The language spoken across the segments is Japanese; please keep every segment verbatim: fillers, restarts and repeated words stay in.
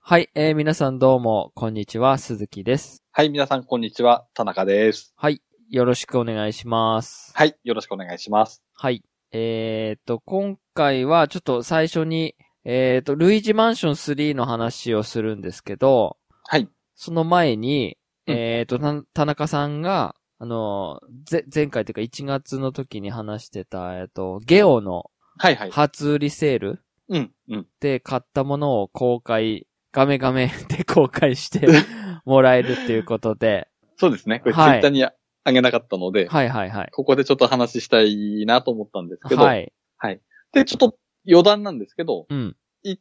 はい、えー、皆さんどうも、こんにちは、鈴木です。 はい、皆さんこんにちは、田中です。 はい、よろしくお願いします。 はい、よろしくお願いします。 はい、えーと、今回はちょっと最初に、えーと、ルイージマンションスリーの話をするんですけど、 はい。 その前に、 うん、 えーと、た田中さんが、あの、ぜ、前回というかいちがつの時に話してた、えっと、ゲオのはいはい。 初売りセールうん、うん。 で買ったものを公開、ガメガメで公開してもらえるっていうことで。 そうですね。これツイはいッターにあげなかったので、 はいはいはい。 ここでちょっと話したいなと思ったんですけど、 はい。 はい。で、ちょっと余談なんですけど、 うん。 行って、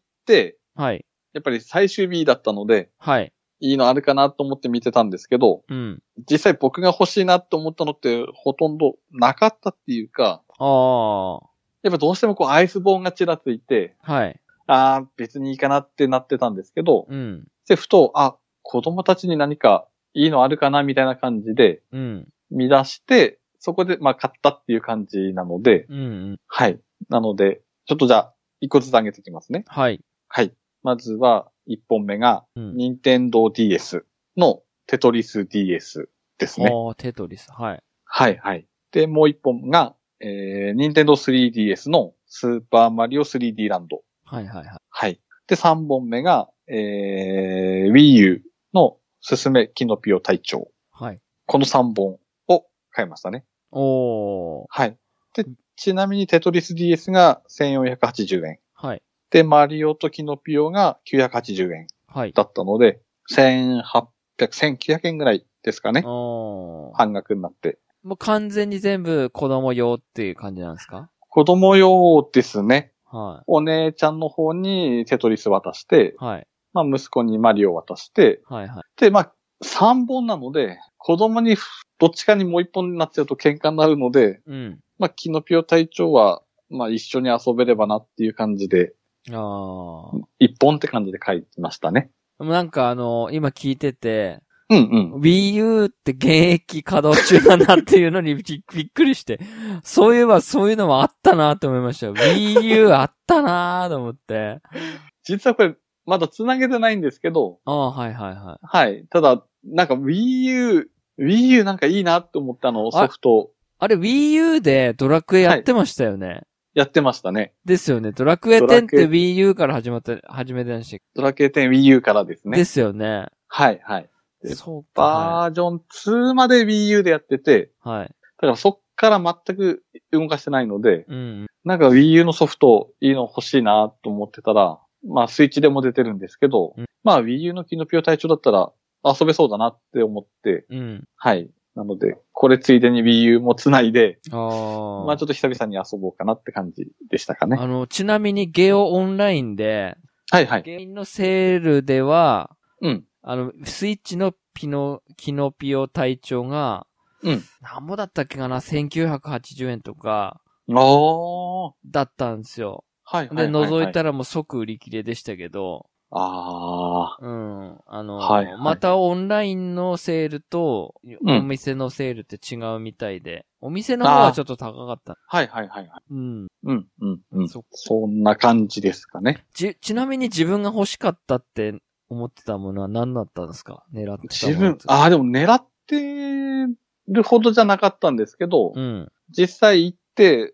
はい。 やっぱり最終日だったので、 はい。 いいのあるかなと思って見てたんですけど、 うん。 実際僕が欲しいなと思ったのってほとんどなかったっていうか、 ああ。 やっぱどうしてもこうアイスボーンがちらついて、 はい。 ああ、別にいいかなってなってたんですけど、 うん。 で、ふと、あ、子供たちに何かいいのあるかなみたいな感じでうん。 見出して、そこで、まあ、買ったっていう感じなので、 うん。うん。 はい。なので、ちょっとじゃあ、一個ずつ上げていきますね。 はい。 はい。まずは、一本目が、 うん。 任天堂 ディーエス のテトリス ディーエス ですね。 ああ、テトリス。はい。 はいはい。で、もう一本が、えー、任天堂 スリーディーエス のスーパーマリオ スリーディー ランド。 はいはいはい。 はい。で、三本目が、えー、Wii U のすすめキノピオ隊長。 はい。 この三本を買いましたね。 おー。 はい。で、ちなみにテトリス ディーエス がせんよんひゃくはちじゅうえん。 はい。 で、マリオとキノピオがきゅうひゃくはちじゅうえんはい。 だったので、せんはっぴゃく、せんきゅうひゃくえんぐらいですかね。 おー。 半額になって。 もう完全に全部子供用っていう感じなんですか？ 子供用ですね。 はい。 お姉ちゃんの方にテトリス渡して、 はい。 まあ息子にマリオ渡して、 はいはい。 で、まあ、三本なので、子供にどっちかにもう一本になっちゃうと喧嘩になるので、 うん。 まあ、キノピオ隊長は、まあ一緒に遊べればなっていう感じで、 ああ。 一本って感じで書いてましたね。 でもなんかあのー、今聞いてて、 うんうん。 Wii U って現役稼働中だなっていうのにびっくりして、そういえばそういうのもあったなって思いましたよ。Wii U あったなと思って。 実はこれ、まだ繋げてないんですけど、 ああ、はいはいはい。 はい。ただ、なんか Wii U、Wii U なんかいいなって思ったのソフト。 あれ Wii U でドラクエやってましたよね。はい、 やってましたね。 ですよね。ドラクエテンって Wii U から始まって、始めてましたっけ？ ドラクエテン Wii U からですね。 ですよね。 はいはい。 そうか。 バージョンツーまで Wii U でやってて、 はい。 だからそっから全く動かしてないので、 うん、 なんか Wii U のソフトいいの欲しいなと思ってたら、まあスイッチでも出てるんですけど、うん、まあ Wii U のキノピオ隊長だったら遊べそうだなって思って、 うん、 はい。なので、これついでに Wii U もつないで、 あまあちょっと久々に遊ぼうかなって感じでしたかね。 あの、ちなみにゲオオンラインで、 はいはい。 ゲインのセールでは、 うん。 あの、スイッチのピノ、キノピオ隊長が、 うん。 何ぼだったっけかな ?せんきゅうひゃくはちじゅうえんとか、 ああ。 だったんですよ。 はいはいはい、はい。 で、覗いたらもう即売り切れでしたけど、 ああ。 うん。あの、 はいはい、 またオンラインのセールと、 うん、 お店のセールって違うみたいで、お店の方はちょっと高かった。 はいはいはいはい。 うん。 うん、うん、うん。そ、そんな感じですかね。 ち、ちなみに自分が欲しかったって思ってたものは何だったんですか？狙ってたもの。 自分、ああ、でも狙ってるほどじゃなかったんですけど、 うん。 実際行って、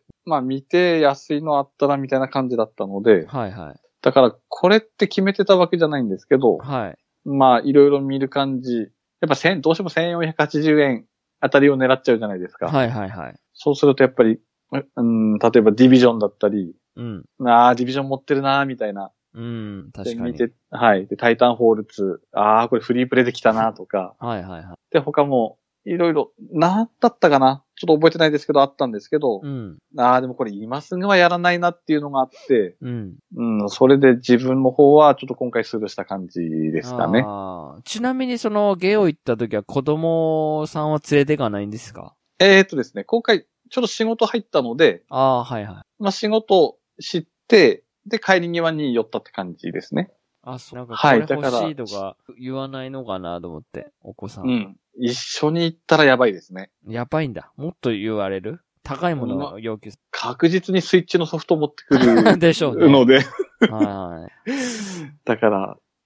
まあ見て安いのあったらみたいな感じだったので、 はいはい。 だからこれって決めてたわけじゃないんですけど、 はい。 まあいろいろ見る感じ、やっぱ千、どうしてもせんよんひゃくはちじゅうえんあたりを狙っちゃうじゃないですか。 はいはいはい。 そうするとやっぱり、うん、例えばディビジョンだったり、 うん。 ああ、ディビジョン持ってるなーみたいな。 うん、確かに。 で、見て、はい。で、タイタンホールツー、ああ、これフリープレイできたなとか。 はいはいはい。 で、他も、いろいろ、なんだったかなちょっと覚えてないですけど、あったんですけど、 うん。 ああ、でもこれ今すぐはやらないなっていうのがあって、 うん。 うん、それで自分の方はちょっと今回スルーした感じですかね。 ああ。ちなみにそのゲオ行った時は子供さんは連れていかないんですか？ えーっとですね、今回ちょっと仕事入ったので、 ああ、はいはい。 まあ仕事知って、で、帰り際に寄ったって感じですね。 あ、そう。なんかこれ欲しいとか言わないのかなと思って、お子さん。 うん。一緒に行ったらやばいですね。 やばいんだ。もっと言われる？高いものを要求する。 確実にスイッチのソフトを持ってくるでしょうね。 ので。 はい。 だから、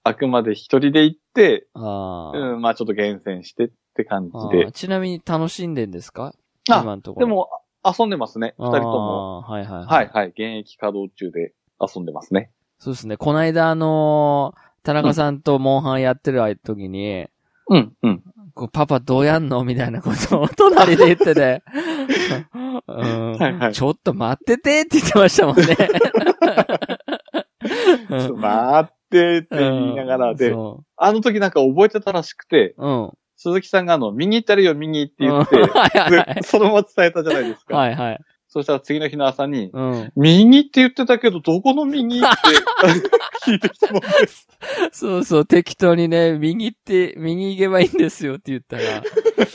あくまで一人で行って、 あうん、まあちょっと厳選してって感じで。 ちなみに楽しんでんですか？ あ、 今のところ。 でも、遊んでますね。二人とも。 はいはいはい。 はいはい。現役稼働中で遊んでますね。 そうですね。この間あのー、田中さんとモンハンやってる時に、 うん、うん。 こうパパどうやんのみたいなことを隣で言ってて、うんはいはい、ちょっと待っててって言ってましたもんね。 ちょっと待ってって言いながらで、うん、あの時なんか覚えてたらしくて、うん、鈴木さんがあの、右行ったらよ、右って言って、うんはいはいはい、そのまま伝えたじゃないですか。 はいはい。 そしたら次の日の朝に、うん、右って言ってたけど、どこの右って聞いてきたもんです。 そうそう、適当にね、右って、右行けばいいんですよって言ったら。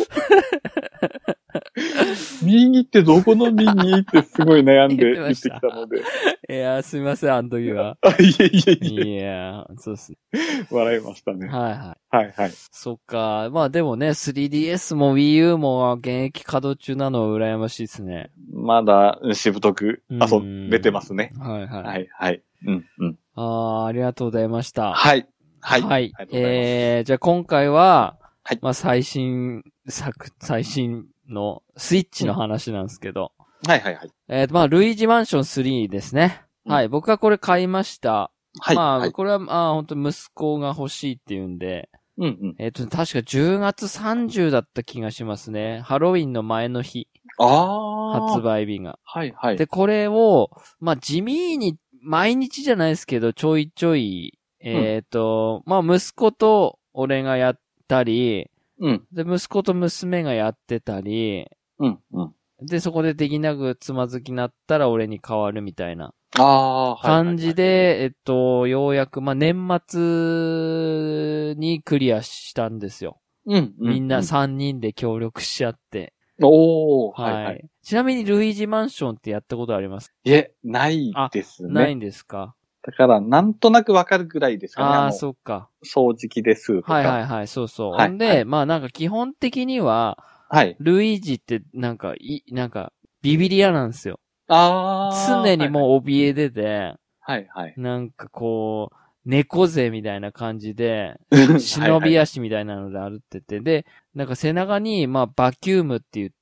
右ってどこの右ってすごい悩んで言ってきたので。 いや、すみません、あの時は。 あ、いえいえいえ。 いや、そうですね。 笑いましたね。 はいはい。 はいはい。 そっか。まあでもね、スリーディーエス も Wii U も現役稼働中なのは羨ましいですね。 まだしぶとく遊べてますね。 はいはい。 はいはい。うんうん。 ああ、ありがとうございました。 はい。はい。 はい。えー、じゃあ今回は、はい。まあ最新作、最新のスイッチの話なんですけど。 うん、はいはいはい。 えーと、まあ、ルイージマンションスリーですね。うん、はい。僕はこれ買いました。はい。まあ、はい、これは、まあ、本当息子が欲しいっていうんで。うんうん。えっと、確かじゅうがつさんじゅうだった気がしますね。ハロウィンの前の日。 ああ。 発売日が。 はいはい。 で、これを、まあ、地味に、毎日じゃないですけど、ちょいちょい、えっと、うん、まあ、息子と俺がやったり、うん。で、息子と娘がやってたり、うんうん。で、そこでできなくつまずきになったら俺に変わるみたいな。 ああ、はい。 感じで、えっと、ようやく、まあ、年末にクリアしたんですよ。うん、うん。みんなさんにんで協力し合って。 おー、はい、はい、はい。 ちなみに、ルイージマンションってやったことあります？ いえ、ないですね。 ないんですか。 だから、なんとなくわかるぐらいですかね。 ああ、そっか。 掃除機ですとか。 はいはいはい、そうそう。はい、で、はい、まあなんか基本的には、はい。ルイージってなんか、い、なんか、ビビリ屋なんですよ。 ああ。 常にもう怯えてて、 はいはい。 なんかこう、猫背みたいな感じで、忍び足みたいなので歩ってて、はいはい、で、なんか背中に、まあバキュームって言って、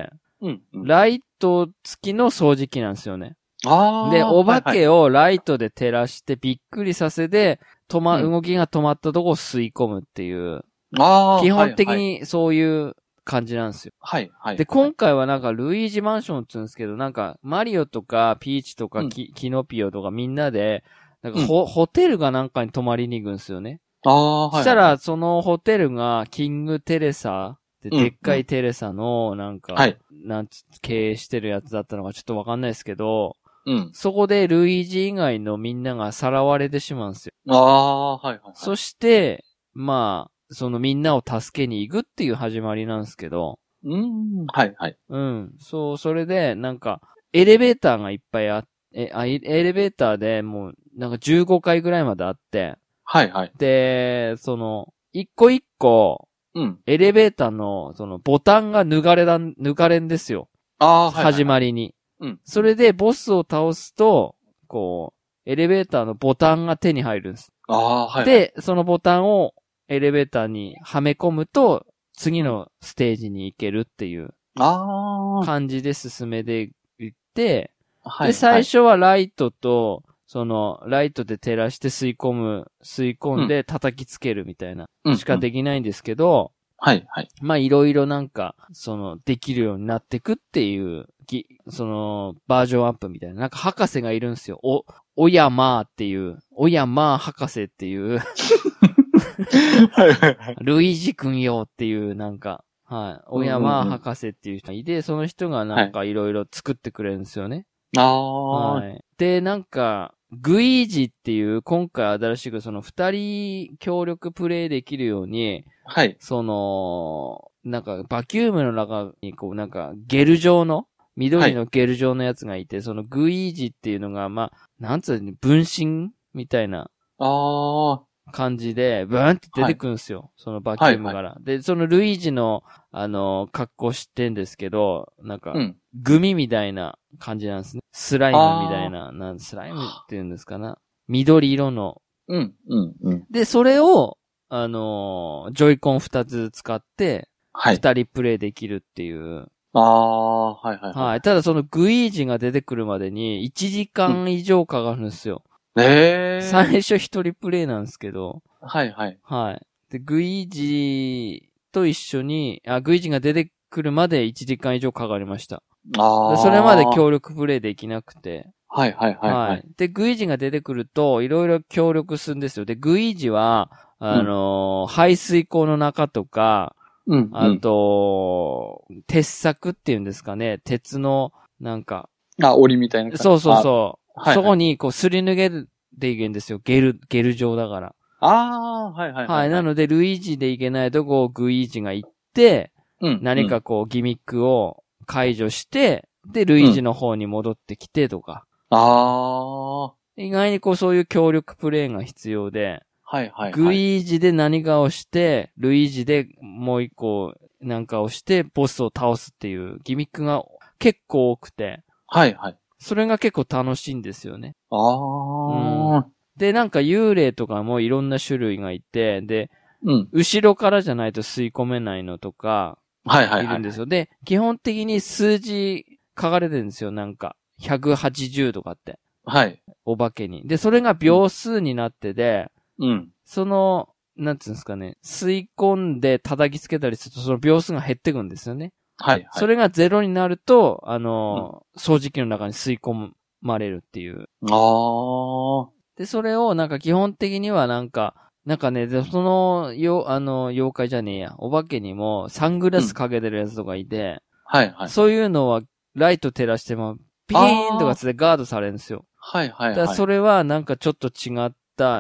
うんうん、ライト付きの掃除機なんですよね。 あで、お化けをライトで照らしてびっくりさせて、止ま、動きが止まったとこを吸い込むっていう。 ああ。 基本的にそういう感じなんですよ。 はいはい。 で、今回はなんかルイージマンションって言うんですけど、なんかマリオとかピーチとかキ、うん、キノピオとかみんなで、なんかホ、うん、ホテルがなんかに泊まりに行くんですよね。 ああ、はい。 そしたら、そのホテルがキングテレサで、でっかいテレサの、なんか、はい、なんつ、経営してるやつだったのかちょっとわかんないですけど、うん。そこでルイージ以外のみんながさらわれてしまうんですよ。 ああ、はいはい、はい。 そして、まあ、そのみんなを助けに行くっていう始まりなんですけど。 うーん、はいはい。 うん。そう、それで、なんか、エレベーターがいっぱいあって、あ、エレベーターでもう、なんかじゅうごかいぐらいまであって。 はいはい。 で、その、一個一個、うん。エレベーターの、その、ボタンが抜かれだ、抜かれんですよ。 ああ、はい、はい。 始まりに。 うん。 それで、ボスを倒すと、こう、エレベーターのボタンが手に入るんです。 ああ、はい、はい。 で、そのボタンをエレベーターにはめ込むと、次のステージに行けるっていう感じで進めていって、で、最初はライトと、その、ライトで照らして吸い込む、吸い込んで叩きつけるみたいな、しかできないんですけど、 はいはい。 まあ、いろいろなんか、その、できるようになってくっていう、その、バージョンアップみたいな。なんか博士がいるんですよ。お、おやまーっていう、おやまー博士っていう。 はいはいはい。 ルイージくんよっていう、なんか、はい。おやまー博士っていう人がいて、その人がなんかいろいろ作ってくれるんですよね。 ああ。 はい。で、なんか、グイージっていう、今回新しくその二人協力プレイできるように、 はい。 その、なんかバキュームの中にこうなんかゲル状の、緑のゲル状のやつがいて、はい、そのグイージっていうのが、まあ、なんつうの、分身みたいな。 ああ。 感じで、ブーンって出てくるんですよ。はい、そのバキュームから、はいはい。で、そのルイージの、あの、格好してんですけど、なんか、うん、グミみたいな感じなんですね。スライムみたいな、なんスライムっていうんですかな。緑色のうん、うん、うん。 で、それを、あのー、ジョイコン二つ使って、はい。二人プレイできるっていう。 ああ、はいはいはい。 はい。ただそのグイージが出てくるまでにいちじかん以上かかるんですよ。 うん、へえ。 最初一人プレイなんですけど。 はいはい。 はい。で、グイージと一緒に、あ、グイージが出てくるまでいちじかん以上かかりました。ああ。それまで協力プレイできなくて。 はいはいはい、はい、はい。 で、グイージが出てくると、いろいろ協力するんですよ。で、グイージは、あのーうん、排水溝の中とか、うん、あと、うん、鉄柵っていうんですかね、鉄の、なんか。 あ、檻みたいな感じ。 そうそうそう。はいはい、そこに、こう、すり抜けていけんですよ。ゲル、ゲル状だから。 ああ、はいはいはい、はい。 はい。なので、ルイージでいけないとこ、グイージが行って、うん、何かこう、ギミックを解除して、で、ルイージの方に戻ってきてとか。うん、ああ。意外にこう、そういう協力プレイが必要で。はいはいはい。グイージで何かをして、ルイージでもう一個なんかをして、ボスを倒すっていうギミックが結構多くて。はいはい。それが結構楽しいんですよね。ああ、うん。で、なんか幽霊とかもいろんな種類がいて、で、うん、後ろからじゃないと吸い込めないのとか、はいはいはい。いるんですよ。で、基本的に数字書かれてるんですよ、なんか。ひゃくはちじゅうとかって。はい。お化けに。で、それが秒数になってて、うん。その、なんていうんですかね、吸い込んで叩きつけたりすると、その秒数が減ってくんですよね。はい、はい。それがゼロになると、あの、うん、掃除機の中に吸い込まれるっていう。ああ。で、それをなんか基本的にはなんか、なんかね、その、よ、あの、妖怪じゃねえや、お化けにもサングラスかけてるやつとかいて、うん、はいはい。そういうのは、ライト照らしても、ピーンとかつってガードされるんですよ。はいはいはい。だからそれはなんかちょっと違った、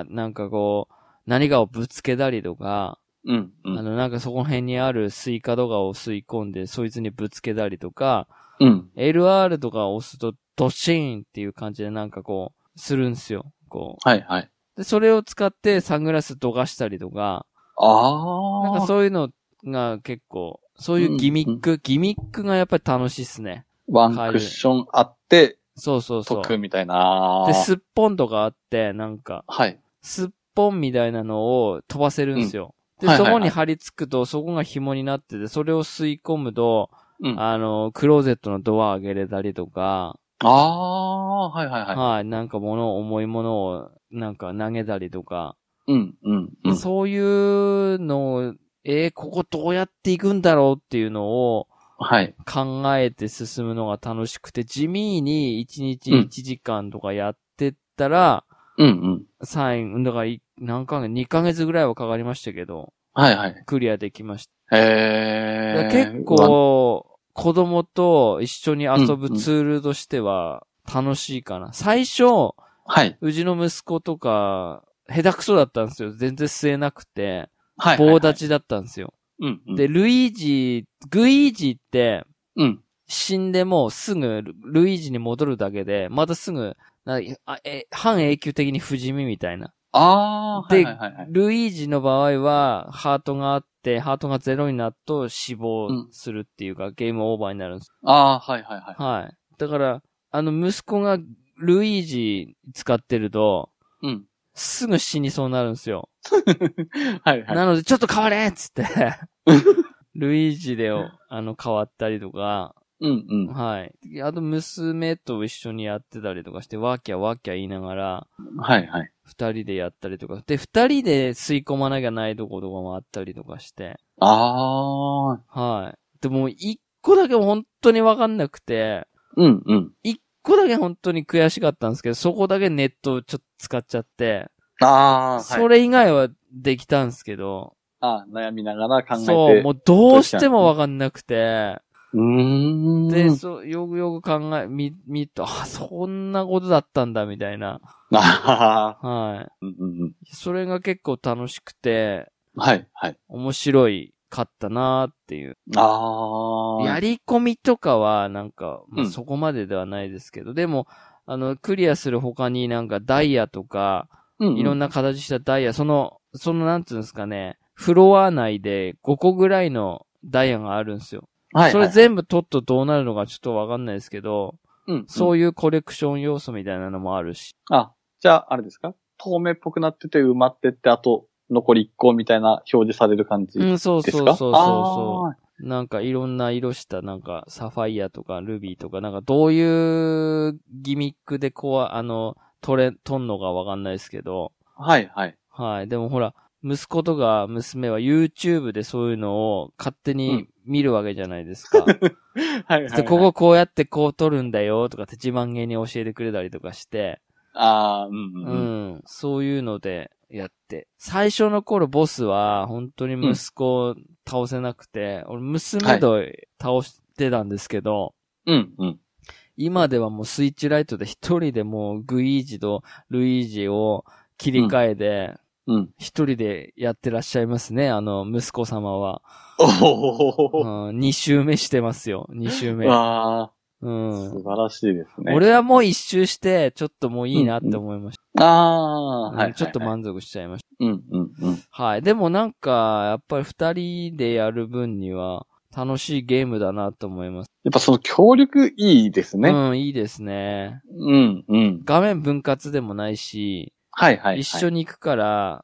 なんかこう、何かをぶつけたりとか、うん、うん。あの、なんかそこの辺にあるスイカとかを吸い込んで、そいつにぶつけたりとか、うん。エルアール とかを押すと、ドシーンっていう感じでなんかこう、するんですよ。こう。はいはい。で、それを使ってサングラスどかしたりとか、ああ。なんかそういうのが結構、そういうギミック、うんうん、ギミックがやっぱり楽しいっすね。ワンクッションあって、そうそうそう。解くみたいな。で、スッポンとかあって、なんか。はい。スッポンみたいなのを飛ばせるんですよ。うん、で、はいはいはい、そこに貼り付くと、そこが紐になってて、それを吸い込むと、うん、あの、クローゼットのドア上げれたりとか。ああ、はいはいはい。はい。なんか物、重いものを、なんか投げたりとか。うん、うん、うん。そういうのを、えー、ここどうやっていくんだろうっていうのを、はい。考えて進むのが楽しくて、地味にいちにちいちじかんとかやってったら、うんうん。サイン、だから何ヶ月、にかげつぐらいはかかりましたけど、はいはい。クリアできました。へー。結構、子供と一緒に遊ぶツールとしては楽しいかな。うんうん、最初、はい。うちの息子とか、下手くそだったんですよ。全然吸えなくて、はい、はい。棒立ちだったんですよ。うんうん、で、ルイージ、グイージって、うん。死んでもすぐルイージに戻るだけで、またすぐ、なあえ半永久的に不死身みたいな。ああ、で、はいはいはい、ルイージの場合は、ハートがあって、ハートがゼロになると死亡するっていうか、うん、ゲームオーバーになるんです。ああ、はいはいはい。はい。だから、あの、息子がルイージ使ってると、うん。すぐ死にそうになるんですよ。はいはい。なので、ちょっと変われっつって、ルイージで、あの、変わったりとか、うんうん。はい。あと、娘と一緒にやってたりとかして、ワーキャーワーキャー言いながら、はいはい。二人でやったりとか。で、二人で吸い込まなきゃないところとかもあったりとかして。ああ。はい。でも、一個だけ本当にわかんなくて、うんうん。一個だけ本当に悔しかったんですけど、そこだけネットをちょっと使っちゃって、ああ。それ以外はできたんですけど、ああ、悩みながら考えて。そう、もうどうしてもわかんなくて、うーん。で、そう、よくよく考え、み、みと、あ、そんなことだったんだ、みたいな。ああ。はい、うんうんうん。それが結構楽しくて、はい、はい。面白いかったなーっていう。ああ。やり込みとかは、なんか、まあ、そこまでではないですけど、うん、でも、あの、クリアする他になんかダイヤとか、うんうん、いろんな形したダイヤ、その、そのなんつうんですかね、フロア内でごこぐらいのダイヤがあるんですよ。はい、はい。それ全部取っとどうなるのかちょっとわかんないですけど、うん、うん。そういうコレクション要素みたいなのもあるし。あ、じゃあ、あれですか？ 透明っぽくなってて埋まってって、あと残りいっこみたいな表示される感じですか？うん、 そうそうそうそうそう。なんかいろんな色したなんかサファイアとかルビーとかなんかどういうギミックでこう、あの、取れ、取んのかわかんないですけど。 はいはい。 はい。でもほら、息子とか娘は YouTube でそういうのを勝手に見るわけじゃないですか。うん、はいはい、はい。こここうやってこう撮るんだよとかって自慢げに教えてくれたりとかして。 ああ、うんうん、うん。 うん。そういうのでやって。最初の頃ボスは本当に息子を倒せなくて、うん、俺娘と倒してたんですけど。 うんうん。 今ではもうスイッチライトで一人でもうグイージとルイージを切り替えて、うん。一人でやってらっしゃいますね、あの、息子様は。おお、うん、二周目してますよ、二周目。 ああ。うん。素晴らしいですね。 俺はもう一周して、ちょっともういいなって思いました。 うんうん、ああ、うん、はい。 ちょっと満足しちゃいました。 うんうんうん。 はい。でもなんか、やっぱり二人でやる分には、楽しいゲームだなと思います。 やっぱその協力いいですね。 うん、いいですね。 うんうん。 画面分割でもないし、 はいはい、はい。 一緒に行くから、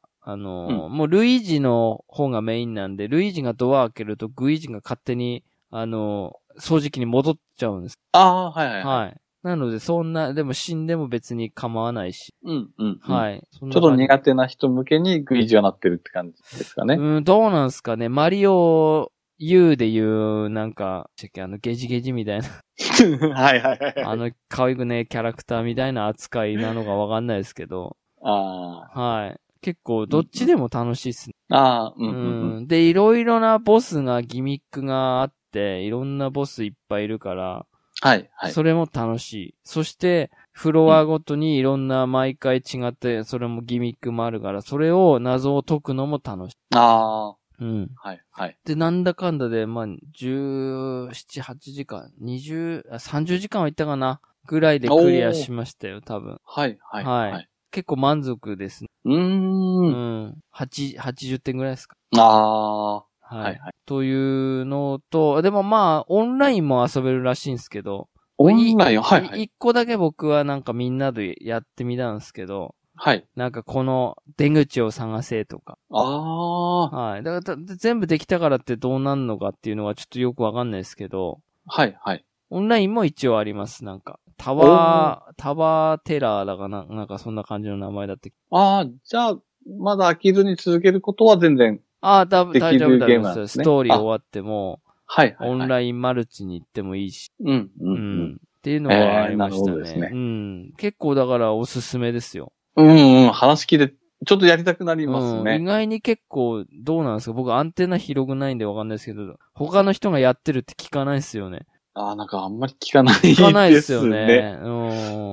あの、うん、もうルイージの方がメインなんで、ルイージがドア開けるとグイージが勝手に、あの、掃除機に戻っちゃうんです。 ああ、はいはい、 はい。はい。なので、そんな、でも死んでも別に構わないし。 うんうん、うん。 はい。 ちょっと苦手な人向けにグイージがなってるって感じですかね。 うん、どうなんすかね。マリオ U でいう、なんか、あの、ゲジゲジみたいな。 はいはいはい。 あの、可愛くね、キャラクターみたいな扱いなのかわかんないですけど。 ああ。はい。結構、どっちでも楽しいっすね。 ああ、うん、 うん。で、いろいろなボスが、ギミックがあって、いろんなボスいっぱいいるから、 はい、はい。 それも楽しい。そして、フロアごとにいろんな毎回違って、それもギミックもあるから、それを謎を解くのも楽しい。 ああ。 うん。 はい、はい。 で、なんだかんだで、まあ、じゅうなな、はちじかん、にじゅう、さんじゅうじかんはいったかなぐらいでクリアしましたよ、多分。 はい、はい。 はい。結構満足ですね。 うーん。 うん。はち、はちじゅってんぐらいですか。 ああ。はい、 はい。というのと、でもまあ、オンラインも遊べるらしいんですけど。 オンラインはい、はい。 一個だけ僕はなんかみんなでやってみたんですけど。 はい。 なんかこの出口を探せとか。 ああ。 はい。だから全部できたからってどうなんのかっていうのはちょっとよくわかんないですけど。 はい、はい。 オンラインも一応あります。なんか。タワー、タワーテラーだかな、なんかそんな感じの名前だって。 ああ、じゃあ、まだ飽きずに続けることは全然。 ああ、多分大丈夫だと思います。ストーリー終わっても。 はい、はい。 オンラインマルチに行ってもいいし。 うん、うん、うん。 っていうのがありましたね。えー、ですね。うん。結構だからおすすめですよ。 うんうん、話聞いて、ちょっとやりたくなりますね。 うん、意外に結構、どうなんですか？僕アンテナ広くないんでわかんないですけど、他の人がやってるって聞かないですよね。 ああ、なんかあんまり聞かないですね。聞かないですよね。うん。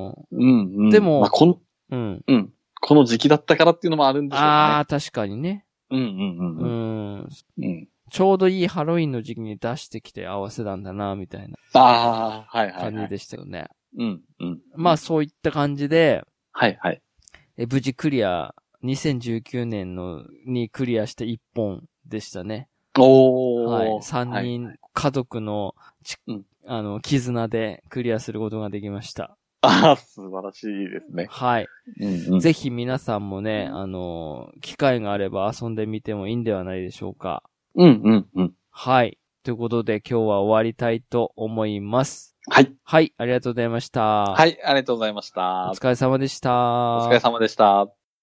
うんうん。でも、 まあ、この、うん。うん。この時期だったからっていうのもあるんでしょうね。ああ、確かにね。 うんうんうん。うん。 うん。ちょうどいいハロウィンの時期に出してきて合わせたんだな、みたいな。 ああ、はいはい、はい。 感じでしたよね。 うんうん。 まあそういった感じで、 はいはい。 え、無事クリア、にせんじゅうきゅうねんのにクリアして一本でしたね。 おー。 はい。三人、はい、家族のち、うん、あの、絆でクリアすることができました。 ああ、素晴らしいですね。 はい、 うんうん。 ぜひ皆さんもね、あの、機会があれば遊んでみてもいいんではないでしょうか。 うんうんうん。 はい。ということで今日は終わりたいと思います。 はい。 はい、ありがとうございました。 はい、ありがとうございました。 お疲れ様でした。 お疲れ様でした。